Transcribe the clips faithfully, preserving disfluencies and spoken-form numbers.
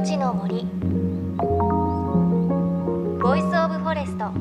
命の森ボイスオブフォレスト。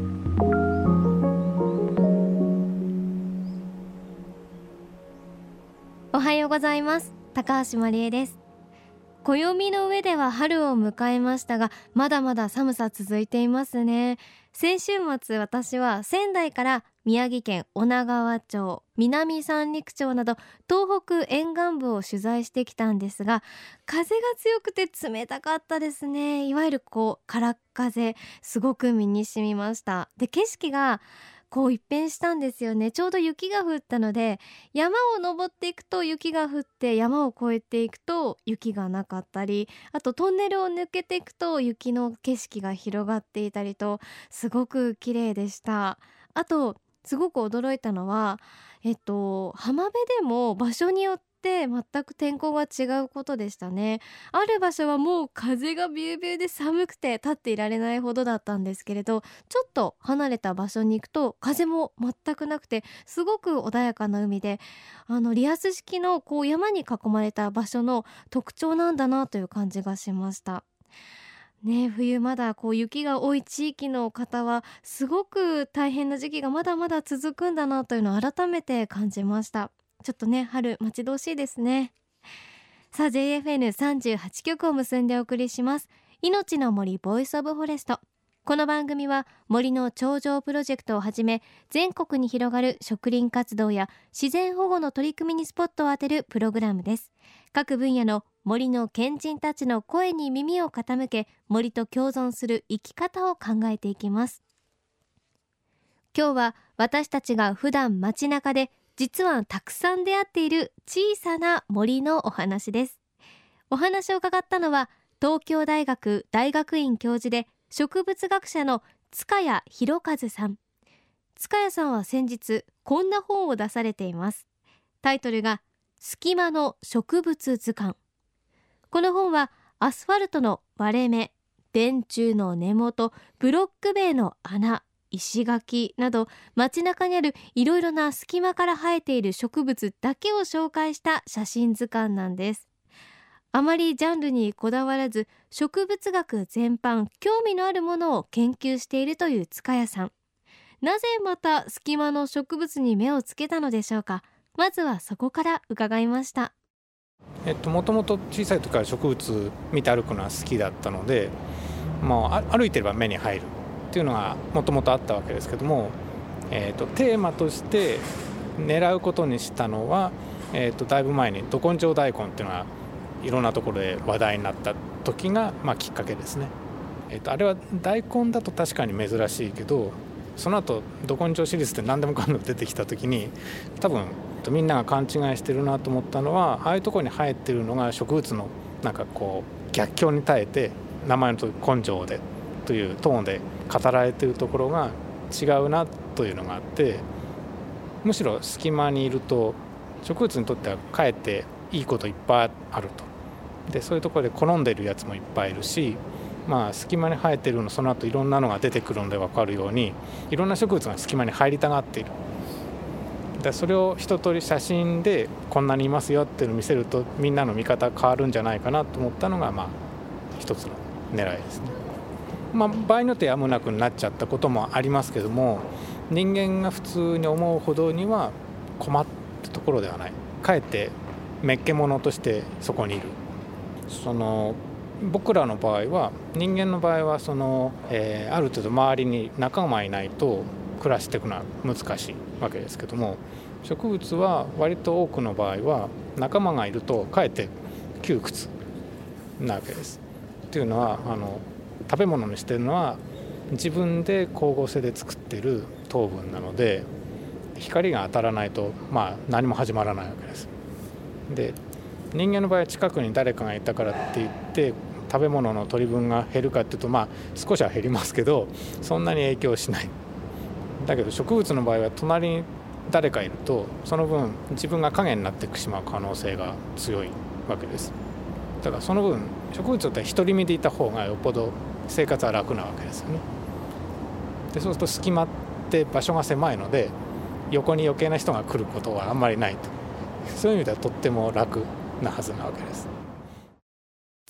おはようございます。高橋まりえです。暦の上では春を迎えましたが、まだまだ寒さ続いていますね。先週末、私は仙台から宮城県女川町、南三陸町など東北沿岸部を取材してきたんですが、風が強くて冷たかったですね。いわゆるこうから風、すごく身に染みました。で、景色がこう一変したんですよね。ちょうど雪が降ったので、山を登っていくと雪が降って、山を越えていくと雪がなかったり、あとトンネルを抜けていくと雪の景色が広がっていたりと、すごく綺麗でした。あとすごく驚いたのは、えっと浜辺でも場所によって全く天候が違うことでしたね。ある場所はもう風がビュービューで寒くて立っていられないほどだったんですけれど、ちょっと離れた場所に行くと風も全くなくて、すごく穏やかな海で、あのリアス式のこう山に囲まれた場所の特徴なんだなという感じがしましたね。冬まだこう雪が多い地域の方はすごく大変な時期がまだまだ続くんだなというのを改めて感じました。ちょっとね、春待ち遠しいですね。さあ ジェイエフエヌさんじゅうはち 局を結んでお送りします命の森ボイスオブフォレスト。この番組は森の頂上プロジェクトをはじめ、全国に広がる植林活動や自然保護の取り組みにスポットを当てるプログラムです。各分野の森の賢人たちの声に耳を傾け、森と共存する生き方を考えていきます。今日は私たちが普段街中で実はたくさん出会っている小さな森のお話です。お話を伺ったのは東京大学大学院教授で植物学者の塚谷弘一さん。塚谷さんは先日こんな本を出されています。タイトルが隙間の植物図鑑。この本はアスファルトの割れ目、電柱の根元、ブロック塀の穴、石垣など街中にあるいろいろな隙間から生えている植物だけを紹介した写真図鑑なんです。あまりジャンルにこだわらず、植物学全般興味のあるものを研究しているという塚谷さん。なぜまた隙間の植物に目をつけたのでしょうか。まずはそこから伺いました。 えっと、もともと小さい時から植物見て歩くのは好きだったので、まあ、歩いてれば目に入るっていうのがもともとあったわけですけども、えっと、テーマとして狙うことにしたのは、えっと、だいぶ前にど根性大根っていうのがいろんなところで話題になった時が、まあ、きっかけですね。えっと、あれは大根だと確かに珍しいけど、その後ど根性シリーズって何でもかんでも出てきた時に、多分みんなが勘違いしてるなと思ったのは、ああいうところに生えてるのが植物のなんかこう逆境に耐えて、名前のとおり根性でというトーンで語られているところが違うなというのがあって、むしろ隙間にいると植物にとってはかえっていいこといっぱいあると。でそういうところで好んでいるやつもいっぱいいるし、まあ、隙間に生えているのその後いろんなのが出てくるので分かるように、いろんな植物が隙間に入りたがっている。でそれを一通り写真でこんなにいますよっていうのを見せると、みんなの見方変わるんじゃないかなと思ったのが、まあ一つの狙いですね。まあ、場合によってやむなくなっちゃったこともありますけども、人間が普通に思うほどには困ったところではない。かえってめっけ者としてそこにいる。その僕らの場合は、人間の場合はその、えー、ある程度周りに仲間いないと暮らしていくのは難しいわけですけども、植物は割と多くの場合は仲間がいるとかえって窮屈なわけです。っていうのは、あの食べ物にしているのは自分で光合成で作っている糖分なので、光が当たらないと、まあ、何も始まらないわけです。で人間の場合は近くに誰かがいたからって言って食べ物の取り分が減るかっていうと、まあ少しは減りますけど、そんなに影響しない。だけど植物の場合は隣に誰かいると、その分自分が影になってしまう可能性が強いわけです。だからその分植物だったら独り身でいた方がよっぽど生活は楽なわけですよね。でそうすると隙間って場所が狭いので、横に余計な人が来ることはあんまりないと。そういう意味ではとっても楽なはずなわけです。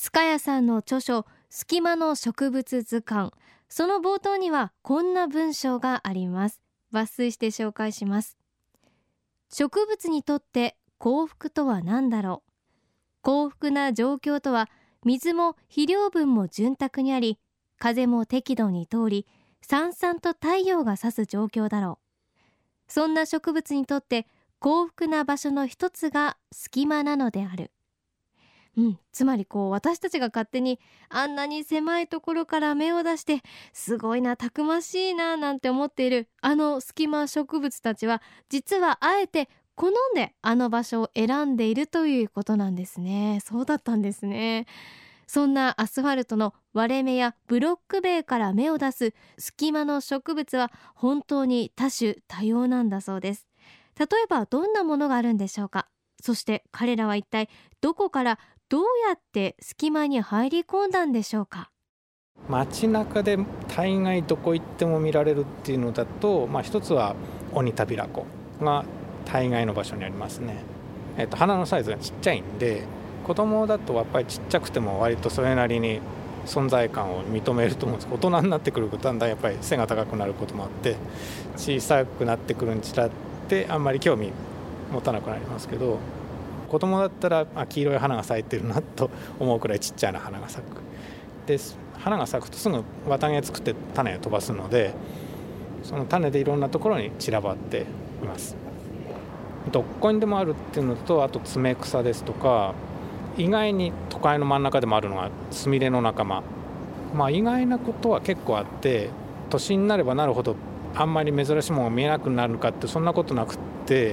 塚谷さんの著書隙間の植物図鑑、その冒頭にはこんな文章があります。抜粋して紹介します。植物にとって幸福とは何だろう。幸福な状況とは、水も肥料分も潤沢にあり、風も適度に通り、さんさんと太陽が差す状況だろう。そんな植物にとって幸福な場所の一つが隙間なのである。うん、つまりこう私たちが勝手にあんなに狭いところから芽を出してすごいな、たくましいななんて思っているあの隙間植物たちは、実はあえて好んであの場所を選んでいるということなんですね。そうだったんですね。そんなアスファルトの割れ目やブロック塀から芽を出す隙間の植物は本当に多種多様なんだそうです。例えばどんなものがあるんでしょうか。そして彼らは一体どこからどうやって隙間に入り込んだんでしょうか。 街中で大概どこ行っても見られるっていうのだと、まあ、一つはオニタビラコが大概の場所にありますね。えっと、花のサイズがちっちゃいんで、子供だとやっぱりちっちゃくても割とそれなりに存在感を認めると思うんです。大人になってくるとだんだんやっぱり背が高くなることもあって、小さくなってくるにつれてあんまり興味持たなくなりますけど、子供だったらあ黄色い花が咲いてるなと思うくらいちっちゃな花が咲く。で花が咲くとすぐ綿毛作って種を飛ばすので、その種でいろんなところに散らばっています。どこにでもあるっていうのと、あとツメクサですとか、意外に都会の真ん中でもあるのがスミレの仲間。まあ意外なことは結構あって、都心になればなるほどあんまり珍しいものが見えなくなるかって、そんなことなくって、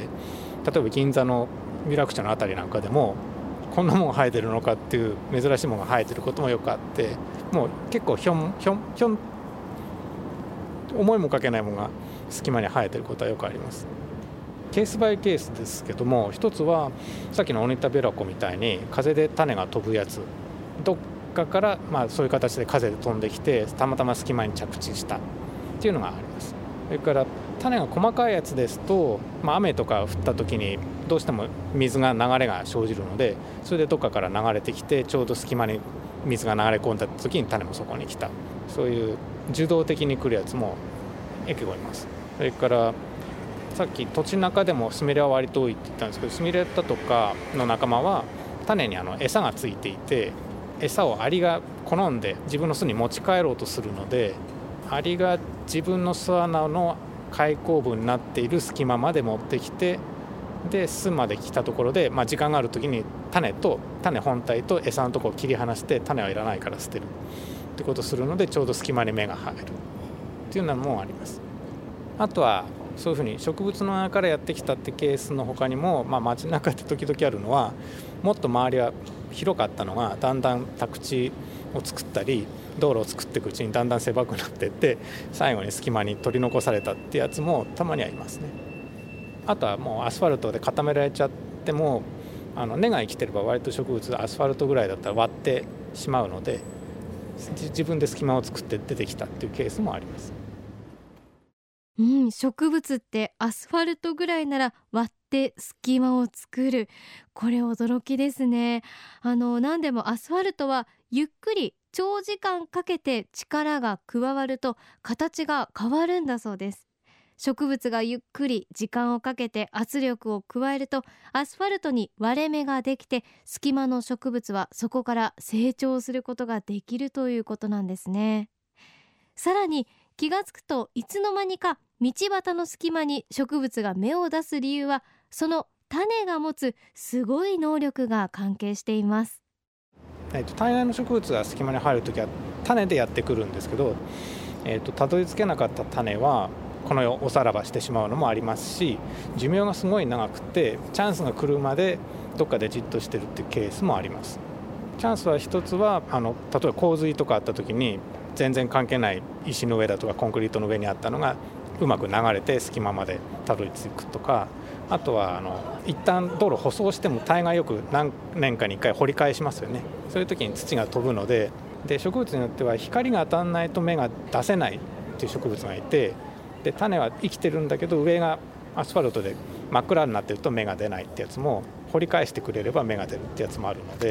例えば銀座の有楽町のあたりなんかでもこんなものが生えてるのかっていう珍しいものが生えてることもよくあって、もう結構ひょんひょんひょん思いもかけないものが隙間に生えてることはよくあります。ケースバイケースですけども、一つはさっきのオニタベラコみたいに風で種が飛ぶやつ、どっかから、まあ、そういう形で風で飛んできてたまたま隙間に着地したっていうのがあります。それから種が細かいやつですと、まあ、雨とか降った時にどうしても水が流れが生じるので、それでどっかから流れてきてちょうど隙間に水が流れ込んだ時に種もそこに来た、そういう受動的に来るやつも結構います。それからさっき土地の中でもスミレは割と多いって言ったんですけど、スミレだとかの仲間は種にあの餌がついていて、餌をアリが好んで自分の巣に持ち帰ろうとするので、アリが自分の巣穴の開口部になっている隙間まで持ってきて、で巣まで来たところで、まあ、時間がある時に種と種本体と餌のところを切り離して、種はいらないから捨てるってことをするので、ちょうど隙間に芽が入るっていうのもあります。あとはそういうふうに植物の中からやってきたってケースの他にも、まあ、街中で時々あるのは、もっと周りは広かったのがだんだん宅地を作ったり道路を作っていくうちにだんだん狭くなっていって、最後に隙間に取り残されたってやつもたまにはいますね。あとはもうアスファルトで固められちゃっても、あの根が生きてれば割と植物アスファルトぐらいだったら割ってしまうので、自分で隙間を作って出てきたっていうケースもあります。 うん、植物ってアスファルトぐらいなら割って隙間を作る。これ驚きですね。あの何でもアスファルトはゆっくり長時間かけて力が加わると形が変わるんだそうです。植物がゆっくり時間をかけて圧力を加えると、アスファルトに割れ目ができて、隙間の植物はそこから成長することができるということなんですね。さらに気がつくと、いつの間にか道端の隙間に植物が芽を出す理由は、その種が持つすごい能力が関係しています。 えー、と大概の植物が隙間に入るときは種でやってくるんですけど、えー、とたどり着けなかった種はこの世おさらばしてしまうのもありますし、寿命がすごい長くてチャンスが来るまでどっかでじっとしてるっていうケースもあります。チャンスは一つはあの例えば洪水とかあった時に全然関係ない石の上だとかコンクリートの上にあったのがうまく流れて隙間までたどり着くとか、あとはあの一旦道路舗装しても大概よく何年かにいっかい掘り返しますよね。そういう時に土が飛ぶので、で植物によっては光が当たらないと芽が出せないっていう植物がいて、で種は生きてるんだけど上がアスファルトで真っ暗になってると芽が出ないってやつも、掘り返してくれれば芽が出るってやつもあるので、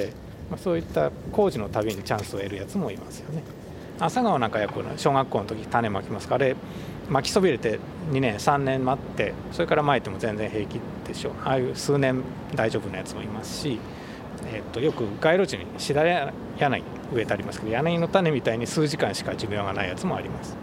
まあ、そういった工事のたびにチャンスを得るやつもいますよね。朝顔なんかよく小学校の時種まきますから、あれ巻きそびれてにねんさんねん待ってそれからまいても全然平気でしょう。ああいう数年大丈夫なやつもいますし、えー、とよく街路樹にしだれ柳植えてありますけど、柳の種みたいに数時間しか寿命がないやつもあります。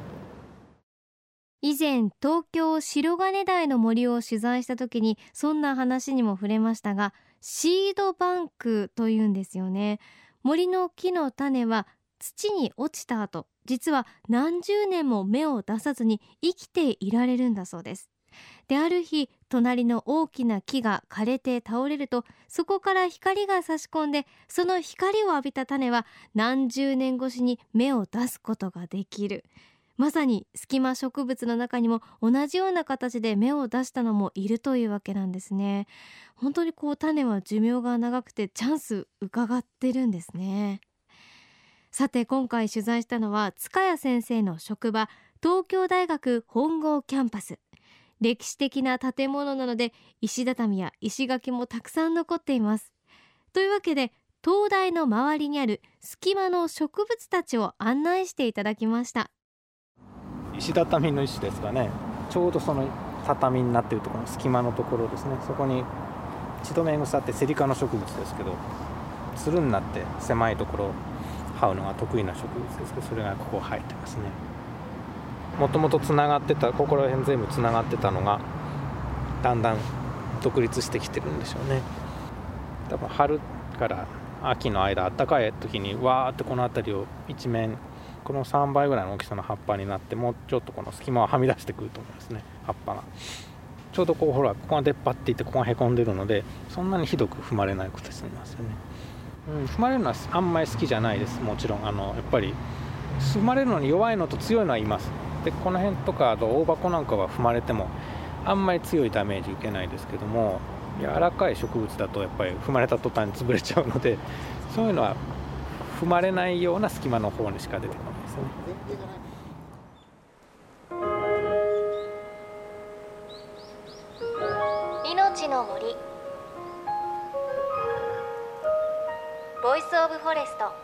以前東京白金台の森を取材した時にそんな話にも触れましたが、シードバンクというんですよね。森の木の種は土に落ちた後、実は何十年も芽を出さずに生きていられるんだそうです。で、ある日隣の大きな木が枯れて倒れると、そこから光が差し込んで、その光を浴びた種は何十年越しに芽を出すことができる。まさに隙間植物の中にも同じような形で芽を出したのもいるというわけなんですね。本当にこう種は寿命が長くてチャンス伺ってるんですね。さて今回取材したのは塚谷先生の職場、東京大学本郷キャンパス。歴史的な建物なので石畳や石垣もたくさん残っています。というわけで東大の周りにある隙間の植物たちを案内していただきました。 石畳の石ですがね、ちょうどその畳になっているところの隙間のところですね、そこにチドメ草ってセリ科の植物ですけど、つるになって狭いところを這うのが得意な植物ですけど、それがここ生えてますね。もともとつながってた、ここら辺全部つながってたのがだんだん独立してきてるんでしょうね。多分春から秋の間、暖かい時にわーってこの辺りを一面このさんばいぐらいの大きさの葉っぱになって、もうちょっとこの隙間をはみ出してくると思いますね。葉っぱがちょうどこうほら、ここが出っ張っていてここがへこんでるので、そんなにひどく踏まれないこと済みますよね。うん、踏まれるのはあんまり好きじゃないです。もちろんあのやっぱり踏まれるのに弱いのと強いのはいます。でこの辺とかあと大箱なんかは踏まれてもあんまり強いダメージ受けないですけども、柔らかい植物だとやっぱり踏まれた途端に潰れちゃうので、そういうのは踏まれないような隙間の方にしか出てこないですよね。 命の森、ボイスオブフォレスト。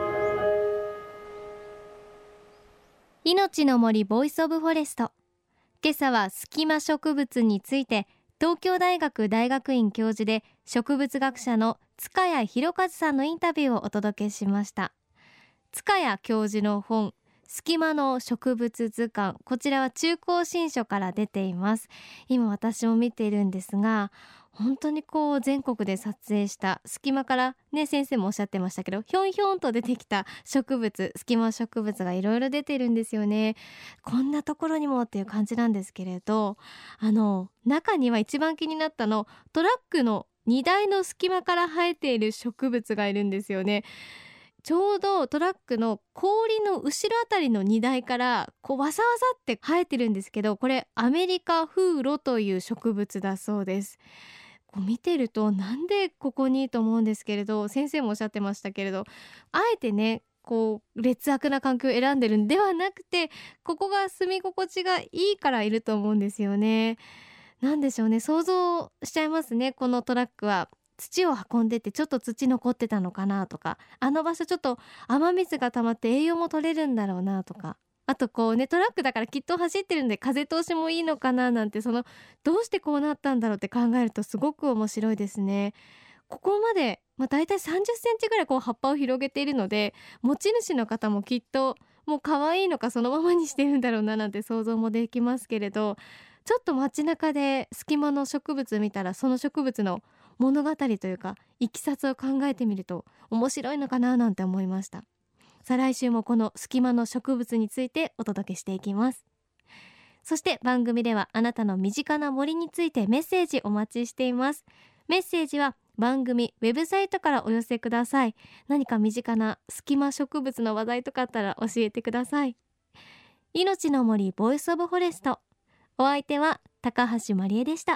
命の森ボイスオブフォレスト。今朝は隙間植物について、東京大学大学院教授で植物学者の塚谷弘和さんのインタビューをお届けしました。塚谷教授の本、隙間の植物図鑑、こちらは中高新書から出ています。今私も見ているんですが、本当にこう全国で撮影した隙間からね、先生もおっしゃってましたけど、ひょんひょんと出てきた植物、隙間植物がいろいろ出てるんですよね。こんなところにもっていう感じなんですけれど、あの中には一番気になったの、トラックの荷台の隙間から生えている植物がいるんですよね。ちょうどトラックの氷の後ろあたりの荷台からこうわさわさって生えてるんですけど、これアメリカフウロという植物だそうです。こう見てるとなんでここにと思うんですけれど、先生もおっしゃってましたけれど、あえてねこう劣悪な環境を選んでるんではなくて、ここが住み心地がいいからいると思うんですよね。なんでしょうね、想像しちゃいますね。このトラックは土を運んでてちょっと土残ってたのかなとか、あの場所ちょっと雨水が溜まって栄養も取れるんだろうなとか、あとこうね、トラックだからきっと走ってるんで風通しもいいのかななんて、そのどうしてこうなったんだろうって考えるとすごく面白いですね。ここまで、まあ、だいたいさんじゅっセンチぐらいこう葉っぱを広げているので、持ち主の方もきっともう可愛いのかそのままにしてるんだろうななんて想像もできますけれど、ちょっと街中で隙間の植物見たら、その植物の物語というかいきさつを考えてみると面白いのかななんて思いました。さあ来週もこの隙間の植物についてお届けしていきます。そして番組ではあなたの身近な森についてメッセージお待ちしています。メッセージは番組ウェブサイトからお寄せください。何か身近な隙間植物の話題とかあったら教えてください。命の森ボイスオブフォレスト、お相手は高橋まりえでした。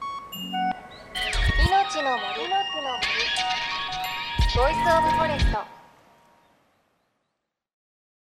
命の森ボイスオブフォレスト。